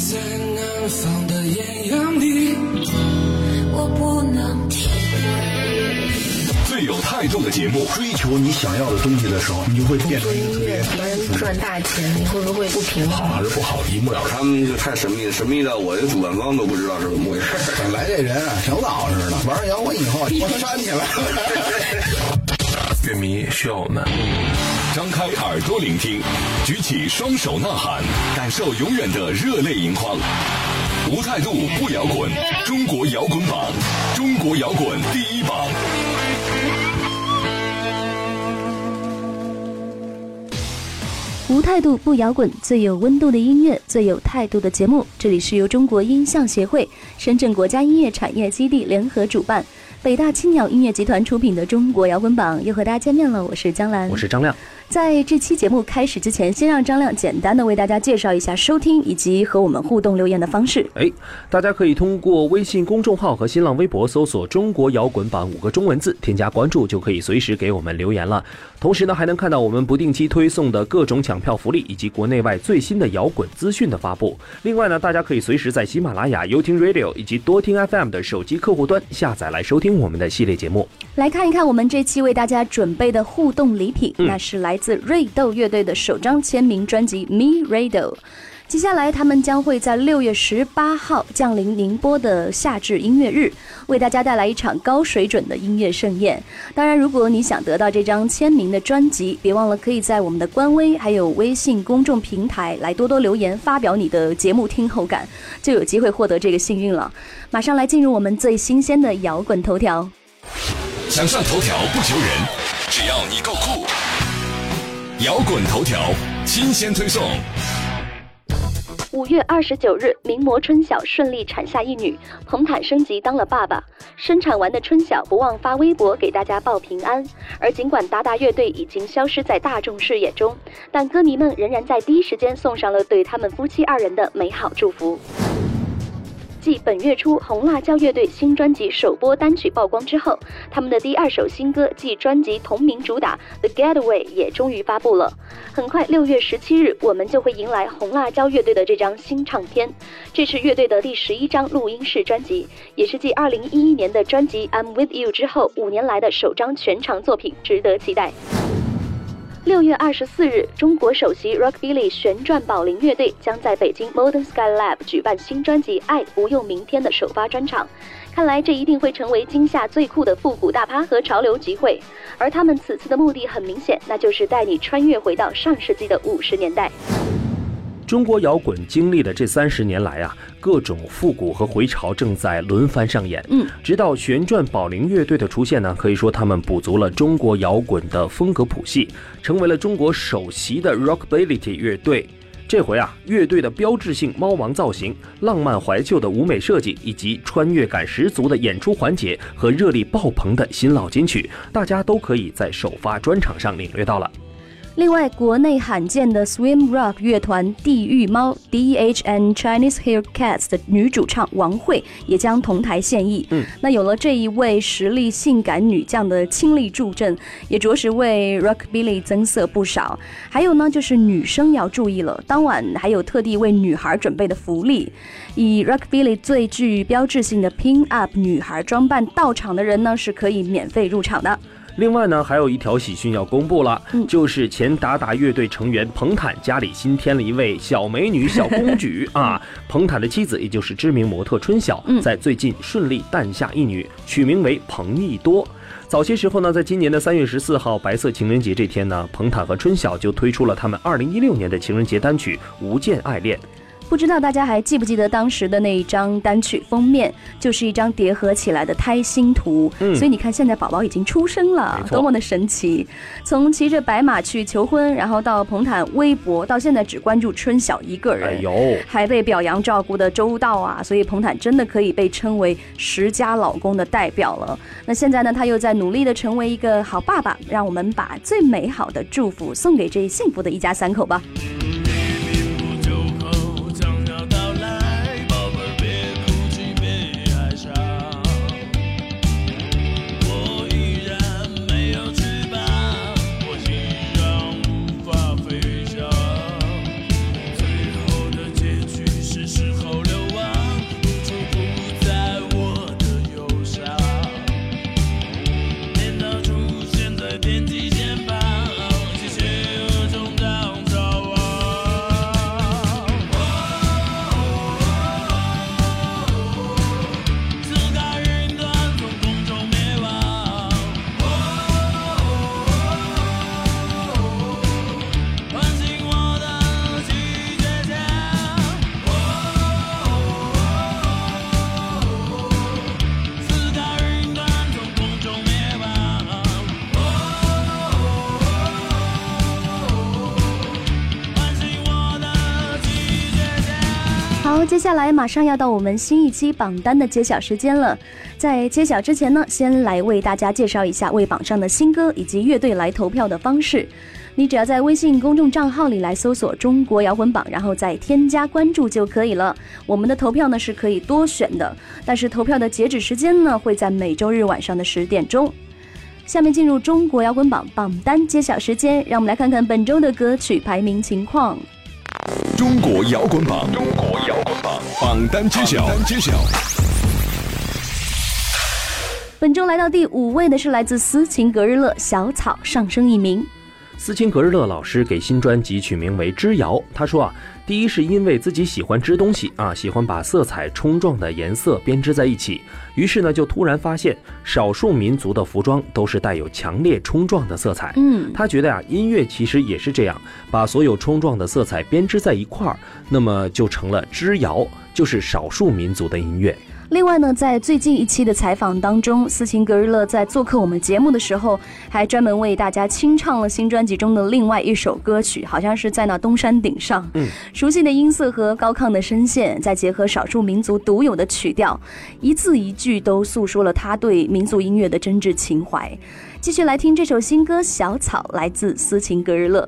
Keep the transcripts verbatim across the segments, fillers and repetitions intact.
在南方的艳阳里，我不能体会。 最有态度的节目， 追求你想要的东西的时候，你就会变成一个特别能赚大钱，你会不会不平衡？ 好还是不好，一目了然。 他们就太神秘了，神秘到我的主办方都不知道是怎么回事。 本来这人啊，挺老实的，玩摇滚以后，我煽起来了。 乐迷需要我们张开耳朵聆听，举起双手呐喊，感受永远的热泪盈眶。无态度不摇滚，中国摇滚榜，中国摇滚第一榜。 无态度不摇滚，最有温度的音乐，最有态度的节目。这里是由中国音像协会、深圳国家音乐产业基地联合主办，北大青鸟音乐集团出品的中国摇滚榜又和大家见面了。我是江兰， 我是张亮。 在这期节目开始之前，先让张亮简单的为大家介绍一下收听以及和我们互动留言的方式。 哎，大家可以通过微信公众号和新浪微博搜索中国摇滚榜五个中文字，添加关注就可以随时给我们留言了。同时呢，还能看到我们不定期推送的各种抢票福利以及国内外最新的摇滚资讯的发布。另外呢，大家可以随时在喜马拉雅、优听 Radio 以及多听 F M 的手机客户端下载来收听我们的系列节目。 来看一看我们这期为大家准备的互动礼品，嗯、那是来自瑞豆乐队的首张签名专辑 Me Radio。接下来他们将会在六月十八号降临宁波的夏至音乐日，为大家带来一场高水准的音乐盛宴。当然，如果你想得到这张签名的专辑，别忘了可以在我们的官微还有微信公众平台来多多留言，发表你的节目听后感，就有机会获得这个幸运了。马上来进入我们最新鲜的摇滚头条。 想上头条不求人，只要你够酷。摇滚头条新鲜推送。 五月二十九日，名模春晓顺利产下一女，彭坦升级当了爸爸。生产完的春晓不忘发微博给大家报平安。而尽管达达乐队已经消失在大众视野中，但歌迷们仍然在第一时间送上了对他们夫妻二人的美好祝福。继本月初红辣椒乐队新专辑首播单曲曝光之后，他们的第二首新歌即专辑同名主打 The Getaway 也终于发布了。很快六月十七日，我们就会迎来红辣椒乐队的这张新唱片，这是乐队的第十一张录音室专辑，也是继二零一一年的专辑 I'm With You 之后五年来的首张全长作品，值得期待。六月二十四日，中国首席 Rockabilly 旋转宝林乐队将在北京 Modern Sky Lab 举办新专辑《爱不用明天》的首发专场。看来这一定会成为今夏最酷的复古大趴和潮流集会。而他们此次的目的很明显，那就是带你穿越回到上世纪的五十年代。 中国摇滚经历的这三十年来啊，各种复古和回潮正在轮番上演。嗯，直到旋转宝林乐队的出现呢，可以说他们补足了中国摇滚的风格谱系，成为了中国首席的 Rockabilly 乐队。这回啊，乐队的标志性猫王造型、浪漫怀旧的舞美设计，以及穿越感十足的演出环节和热力爆棚的新老金曲，大家都可以在首发专场上领略到了。 另外，国内罕见的 Swim Rock 乐团地狱猫 D H and Chinese Hair Cats 的女主唱王慧也将同台献艺。嗯，那有了这一位实力性感女将的倾力助阵，也着实为 Rockabilly 增色不少。还有呢，就是女生要注意了，当晚还有特地为女孩准备的福利。以 Rockabilly 最具标志性的 Pin Up 女孩装扮到场的人呢，是可以免费入场的。 另外呢，还有一条喜讯要公布了，嗯、就是前达达乐队成员彭坦家里新添了一位小美女、小公举啊。彭坦的妻子，也就是知名模特春晓，嗯、在最近顺利诞下一女，取名为彭益多。早些时候呢，在今年的三月十四号白色情人节这天呢，彭坦和春晓就推出了他们二零一六年的情人节单曲《无间爱恋》。 不知道大家还记不记得当时的那一张单曲封面，就是一张叠合起来的胎心图。嗯，所以你看现在宝宝已经出生了，多么的神奇。从骑着白马去求婚，然后到彭坦微博，到现在只关注春晓一个人，哎呦，还被表扬照顾的周到啊，所以彭坦真的可以被称为十佳老公的代表了。那现在呢，他又在努力的成为一个好爸爸，让我们把最美好的祝福送给这幸福的一家三口吧。 时候接下来马上要到我们新一期榜单的揭晓时间了。在揭晓之前呢，先来为大家介绍一下为榜上的新歌以及乐队来投票的方式。你只要在微信公众账号里来搜索中国摇滚榜，然后再添加关注就可以了。我们的投票呢是可以多选的，但是投票的截止时间呢会在每周日晚上的十点钟。下面进入中国摇滚榜榜单揭晓时间，让我们来看看本周的歌曲排名情况。 中国摇滚榜，中国摇滚榜榜单揭晓，榜单揭晓。 本周来到第五位的是来自斯琴格日乐，小草上升一名。 斯琴格日乐老师给新专辑取名为织谣。他说啊，第一是因为自己喜欢织东西啊，喜欢把色彩冲撞的颜色编织在一起，于是呢就突然发现少数民族的服装都是带有强烈冲撞的色彩。 嗯， 他觉得啊，音乐其实也是这样，把所有冲撞的色彩编织在一块儿，那么就成了织谣，就是少数民族的音乐。 另外呢，在最近一期的采访当中，斯琴格日乐在做客我们节目的时候，还专门为大家清唱了新专辑中的另外一首歌曲，好像是在那东山顶上。 嗯， 熟悉的音色和高亢的声线，再结合少数民族独有的曲调，一字一句都诉说了他对民族音乐的真挚情怀。继续来听这首新歌《小草》，来自斯琴格日乐。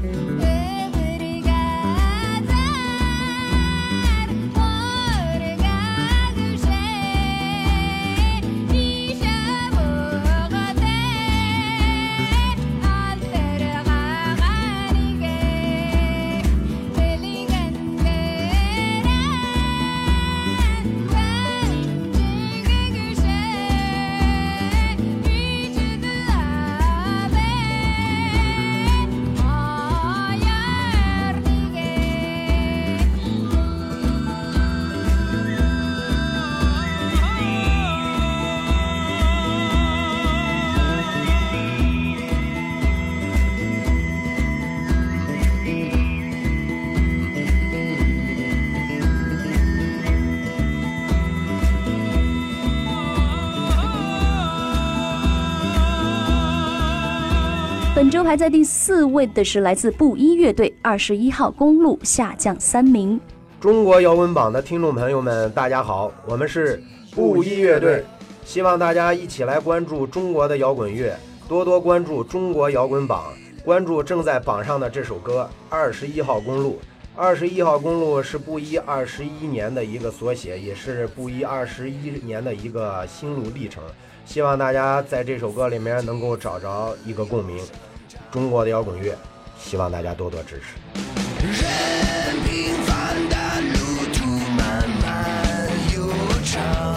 本周排在第四位的是来自布衣乐队，二十一号公路下降三名。 中国摇滚榜的听众朋友们，大家好，我们是布衣乐队，希望大家一起来关注中国的摇滚乐，多多关注中国摇滚榜，关注正在榜上的这首歌《二十一号公路》。二十一号公路是布衣二十一年的一个缩写，也是布衣二十一年的一个心路历程。希望大家在这首歌里面能够找着一个共鸣。中国的摇滚乐，希望大家多多支持。 人平凡的路途漫漫悠长，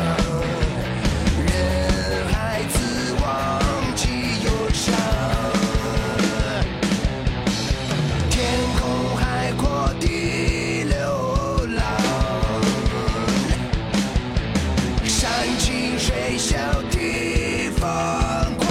人孩子忘记忧伤，天空海阔地流浪，山清水秀地疯狂。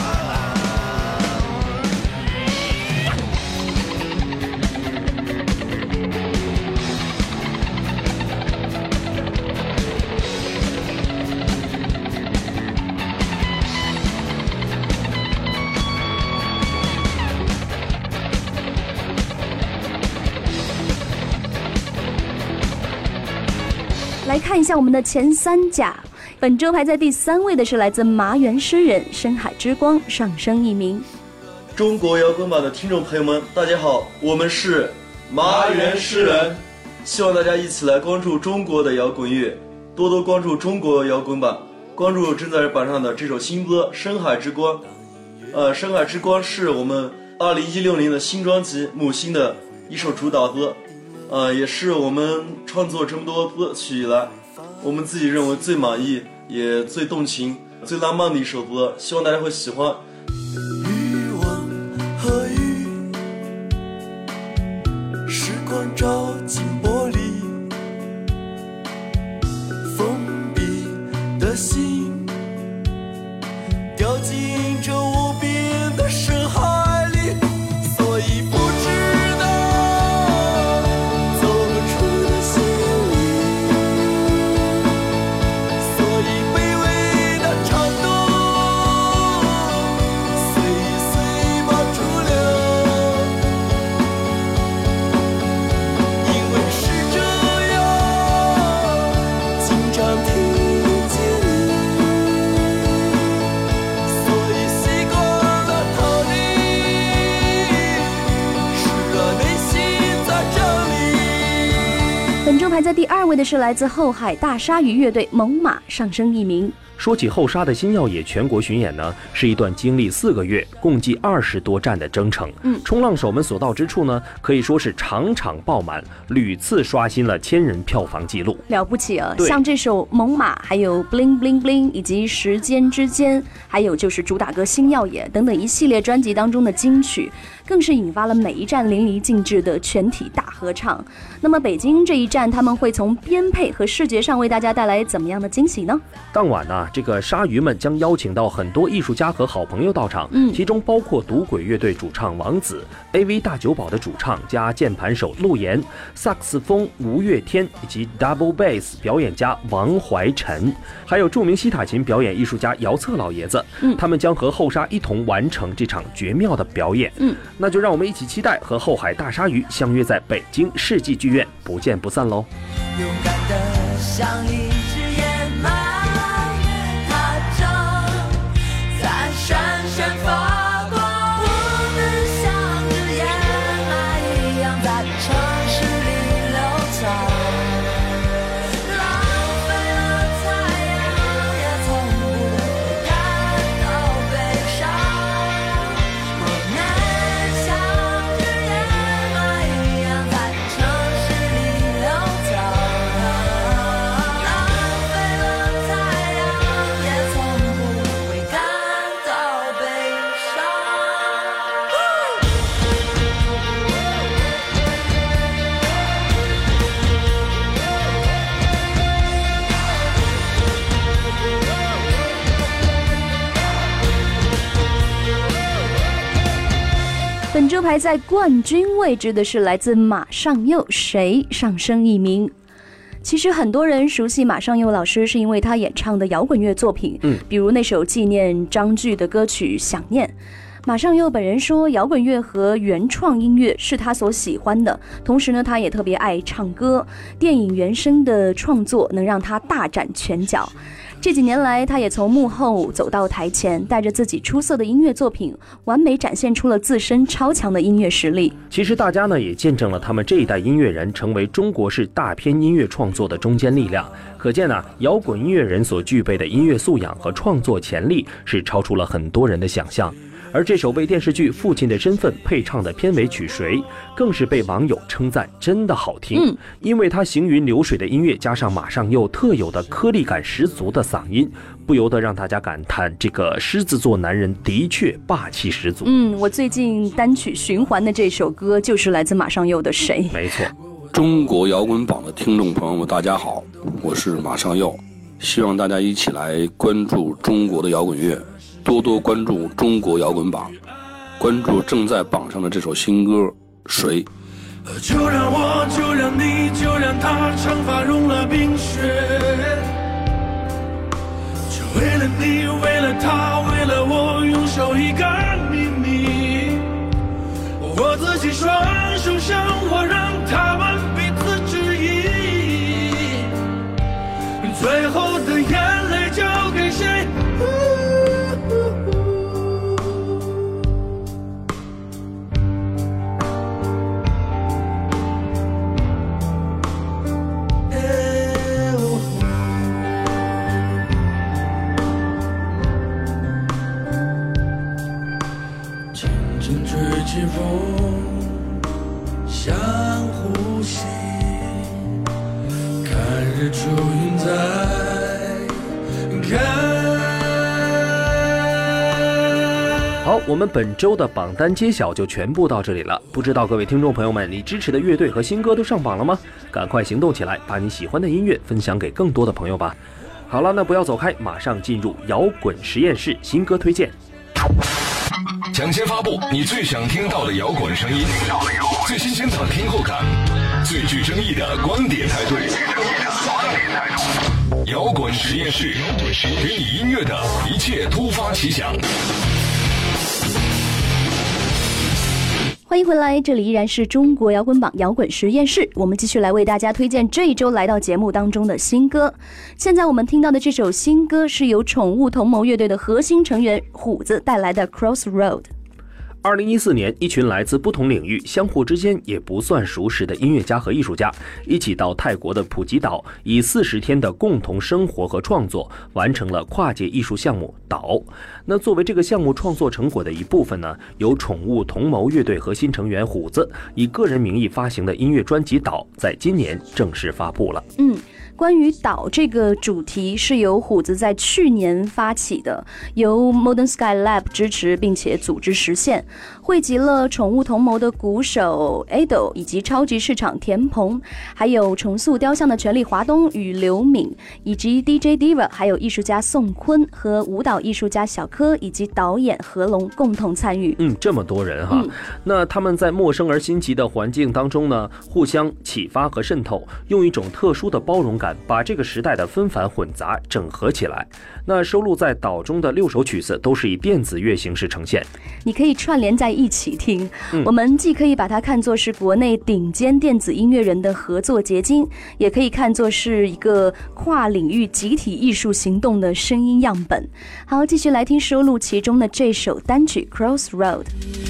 来看一下我们的前三甲，本周排在第三位的是来自麻原诗人，深海之光上升一名。 中国摇滚榜的听众朋友们，大家好，我们是麻原诗人，希望大家一起来关注中国的摇滚乐，多多关注中国摇滚榜，关注正在榜上的这首新歌《深海之光》。呃，《深海之光》是我们二零一六年的新专辑《母星》的一首主打歌。呃，也是我们创作这么多歌曲以来，我们自己认为最满意、也最动情、最浪漫的一首歌，希望大家会喜欢。 欲望和雨，时光照进玻璃，封闭的心掉进这无边的深海里，所以不知道在第二位的是来自后海大鲨鱼乐队猛犸上升一名。 说起后沙的新耀野全国巡演呢，是一段经历四个月、共计二十多站的征程。嗯，冲浪手们所到之处呢，可以说是场场爆满，屡次刷新了千人票房纪录。 了不起啊！像这首《猛犸》，还有《bling bling bling》，以及《时间之间》，还有就是主打歌《新耀野》等等一系列专辑当中的金曲，更是引发了每一站淋漓尽致的全体大合唱。那么北京这一站，他们会从编配和视觉上为大家带来怎么样的惊喜呢？ 当晚呢、啊，这个鲨鱼们将邀请到很多艺术家和好朋友到场，嗯，其中包括赌鬼乐队主唱王子、A V 大酒保的主唱加键盘手陆岩、萨克斯风吴月天以及 Double Bass 表演家王怀晨，还有著名西塔琴表演艺术家姚策老爷子，嗯，他们将和后沙一同完成这场绝妙的表演，嗯，那就让我们一起期待和后海大鲨鱼相约在北京世纪剧院，不见不散喽！ 勇敢的像一只野马，它正在闪闪发光。我们像只野马一样在城市里流淌，浪费了太阳，也从不会感到悲伤。我们像只野马一样在城市里流淌。 本周排在冠军位置的是来自马上佑，谁上升一名。其实很多人熟悉马上佑老师是因为他演唱的摇滚乐作品，嗯，比如那首纪念张炬的歌曲《想念》。马上佑本人说，摇滚乐和原创音乐是他所喜欢的，同时呢，他也特别爱唱歌，电影原声的创作能让他大展拳脚。这几年来，他也从幕后走到台前，带着自己出色的音乐作品，完美展现出了自身超强的音乐实力。 其实大家呢也见证了他们这一代音乐人成为中国式大片音乐创作的中坚力量。可见呢、啊，摇滚音乐人所具备的音乐素养和创作潜力是超出了很多人的想象。而这首为电视剧《父亲的身份》配唱的片尾曲《谁》，更是被网友称赞真的好听。嗯，因为它行云流水的音乐加上马上佑特有的颗粒感十足的嗓音，不由得让大家感叹这个狮子座男人的确霸气十足。 嗯，我最近单曲循环的这首歌就是来自马上佑的《谁》。 没错。 中国摇滚榜的听众朋友们，大家好，我是马上佑，希望大家一起来关注中国的摇滚乐，多多关注中国摇滚榜，关注正在榜上的这首新歌《谁》。 就让我，就让你，就让他，长发融了冰雪，就为了你，为了他，为了我，拥守一个秘密。我自己双手相握，让他们彼此质疑，最后的眼泪交给谁？起风，像呼吸，看日出云在看。 好，我们本周的榜单揭晓就全部到这里了。不知道各位听众朋友们，你支持的乐队和新歌都上榜了吗？赶快行动起来，把你喜欢的音乐分享给更多的朋友吧。好了，那不要走开，马上进入摇滚实验室新歌推荐。 抢先发布你最想听到的摇滚声音，最新鲜的听后感，最具争议的观点态度。摇滚实验室，给你音乐的一切突发奇想。 欢迎回来，这里依然是中国摇滚榜摇滚实验室，我们继续来为大家推荐这一周来到节目当中的新歌。现在我们听到的这首新歌是由宠物同谋乐队的核心成员虎子带来的 Crossroad。 二零一四年，一群来自不同领域、相互之间也不算熟识的音乐家和艺术家，一起到泰国的普吉岛，以四十天的共同生活和创作，完成了跨界艺术项目《岛》。那作为这个项目创作成果的一部分呢，由宠物同谋乐队核心成员虎子以个人名义发行的音乐专辑《岛》，在今年正式发布了。 嗯。关于岛这个主题是由虎子在去年发起的，由 Modern Sky Lab 支持并且组织实现，汇集了宠物同谋的鼓手 Ado 以及超级市场田鹏，还有重塑雕像的权利华东与刘敏，以及 D J Diva， 还有艺术家宋坤和舞蹈艺术家小柯以及导演何龙共同参与。 嗯，这么多人哈、嗯，那他们在陌生而新奇的环境当中呢，互相启发和渗透，用一种特殊的包容感把这个时代的纷繁混杂整合起来。那收录在岛中的六首曲子都是以电子乐形式呈现， 你可以串联在一起听、嗯、我们既可以把它看作是国内顶尖电子音乐人的合作结晶，也可以看作是一个跨领域集体艺术行动的声音样本。好，继续来听收录其中的这首单曲 Crossroad。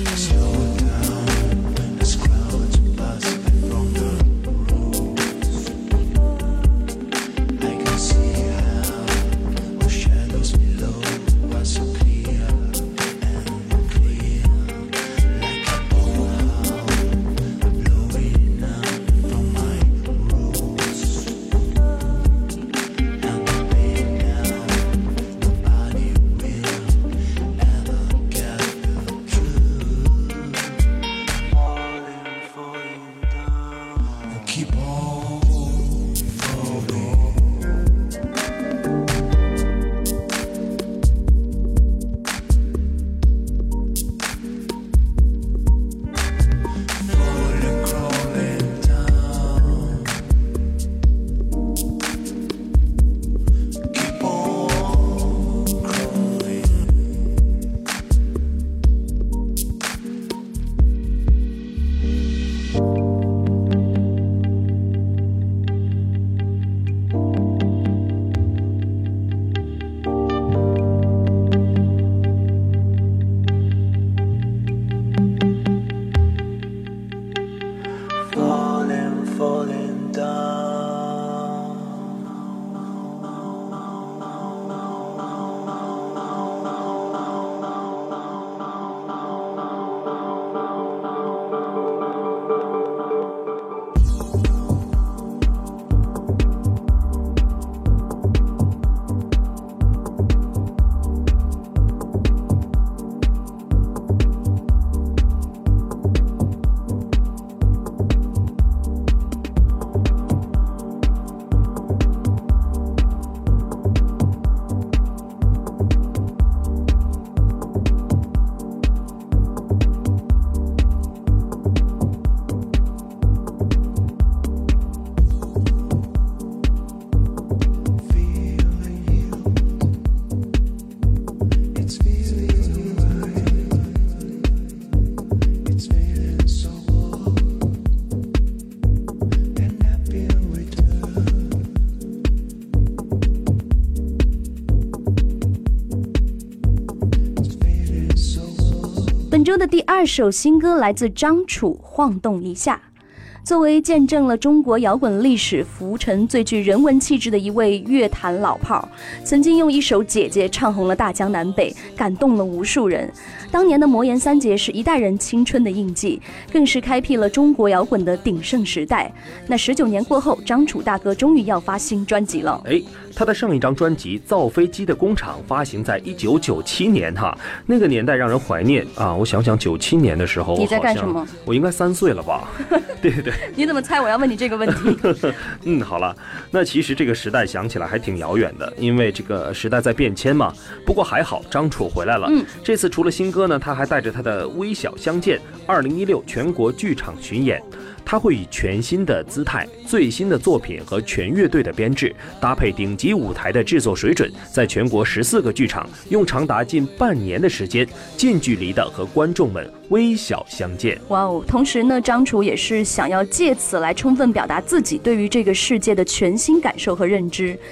本周的第二首新歌来自张楚，《晃动一下》。作为见证了中国摇滚历史浮沉最具人文气质的一位乐坛老炮，曾经用一首《姐姐》唱红了大江南北，感动了无数人。当年的魔岩三杰是一代人青春的印记，更是开辟了中国摇滚的鼎盛时代。那十九年过后，张楚大哥终于要发新专辑了。 哎，他的上一张专辑《造飞机的工厂》发行在一九九七年哈，那个年代让人怀念啊。我想想，九七年的时候， 你在干什么？ 我应该三岁了吧？对对对。 你怎么猜我要问你这个问题？ 嗯，好了，那其实这个时代想起来还挺遥远的，因为这个时代在变迁嘛。不过还好，张楚回来了。嗯，这次除了新歌呢，他还带着他的《微小相见》二零一六全国剧场巡演。他会以全新的姿态、最新的作品和全乐队的编制，搭配顶级舞台的制作水准，在全国十四个剧场，用长达近半年的时间，近距离的和观众们微小相见。 哇哦！同时呢，张楚也是想要借此来充分表达自己对于这个世界的全新感受和认知。一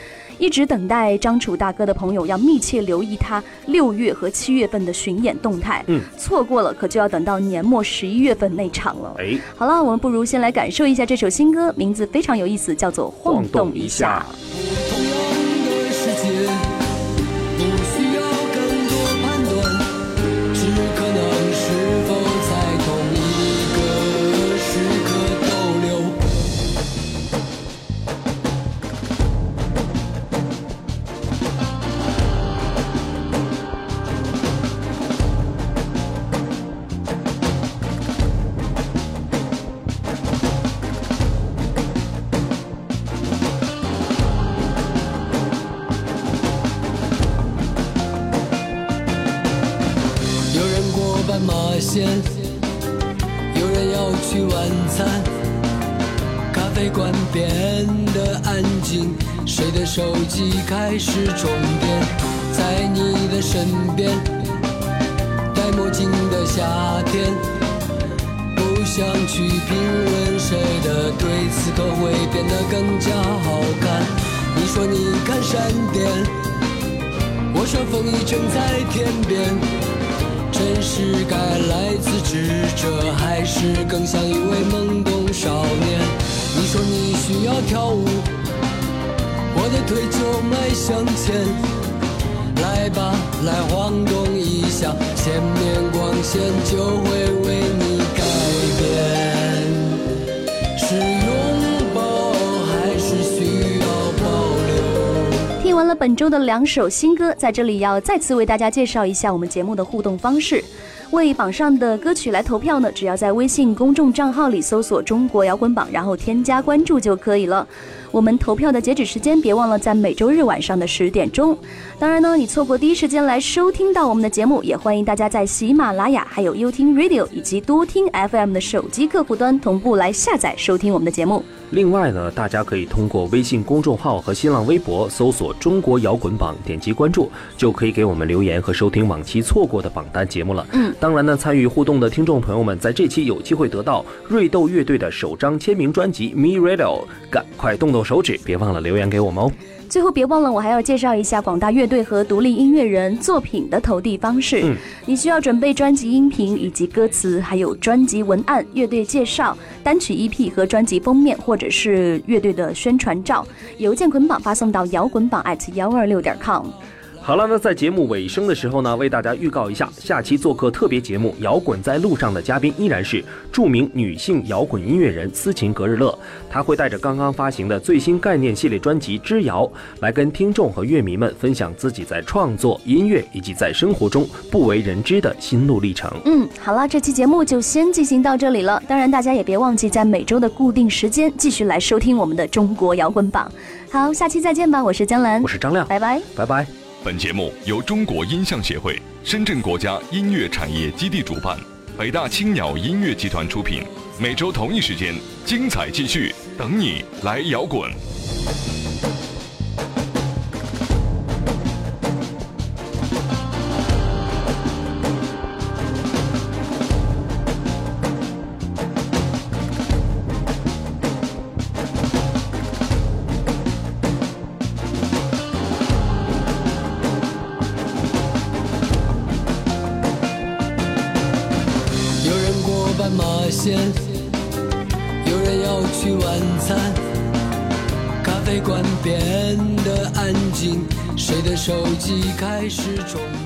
一直等待张楚大哥的朋友要密切留意他六月和七月份的巡演动态。嗯，错过了可就要等到年末十一月份那场了。哎，好了，我们不如先来感受一下这首新歌，名字非常有意思，叫做《晃动一下》。 有人要去晚餐，咖啡馆变得安静，谁的手机开始充电，在你的身边，戴墨镜的夏天，不想去评论谁的对此刻会变得更加好看。你说你看闪电，我说风已正在天边，真实该来自智者，还是更像一位懵懂少年？你说你需要跳舞，我的腿就迈向前，来吧，来晃动一下，前面光线就会为你改变。是拥抱还是需要保留？ 听完了本周的两首新歌，在这里要再次为大家介绍一下我们节目的互动方式。为榜上的歌曲来投票呢，只要在微信公众账号里搜索中国摇滚榜，然后添加关注就可以了。我们投票的截止时间别忘了在每周日晚上的十点钟。当然呢，你错过第一时间来收听到我们的节目，也欢迎大家在喜马拉雅还有优听 Radio 以及多听 F M 的手机客户端同步来下载收听我们的节目。 另外呢，大家可以通过微信公众号和新浪微博搜索中国摇滚榜，点击关注，就可以给我们留言和收听往期错过的榜单节目了。嗯，当然呢，参与互动的听众朋友们在这期有机会得到瑞豆乐队的首张签名专辑 Me Radio， 赶快动动手指，别忘了留言给我们哦。 最后别忘了，我还要介绍一下广大乐队和独立音乐人作品的投递方式。嗯，你需要准备专辑音频以及歌词，还有专辑文案、乐队介绍、单曲 E P 和专辑封面，或者是乐队的宣传照，邮件捆绑发送到摇滚榜 at 一二六点 com。 好了，那在节目尾声的时候呢，为大家预告一下，下期做客特别节目《摇滚在路上》的嘉宾依然是著名女性摇滚音乐人斯琴格日乐，她会带着刚刚发行的最新概念系列专辑《之摇》，来跟听众和乐迷们分享自己在创作、音乐以及在生活中不为人知的心路历程。 嗯，好了，这期节目就先进行到这里了。当然，大家也别忘记在每周的固定时间继续来收听我们的中国摇滚榜。好，下期再见吧，我是江兰， 我是张亮， 拜拜， 拜拜。 本节目由中国音像协会、深圳国家音乐产业基地主办，北大青鸟音乐集团出品。每周同一时间，精彩继续，等你来摇滚。 有人要去晚餐，咖啡馆变得安静，谁的手机开始充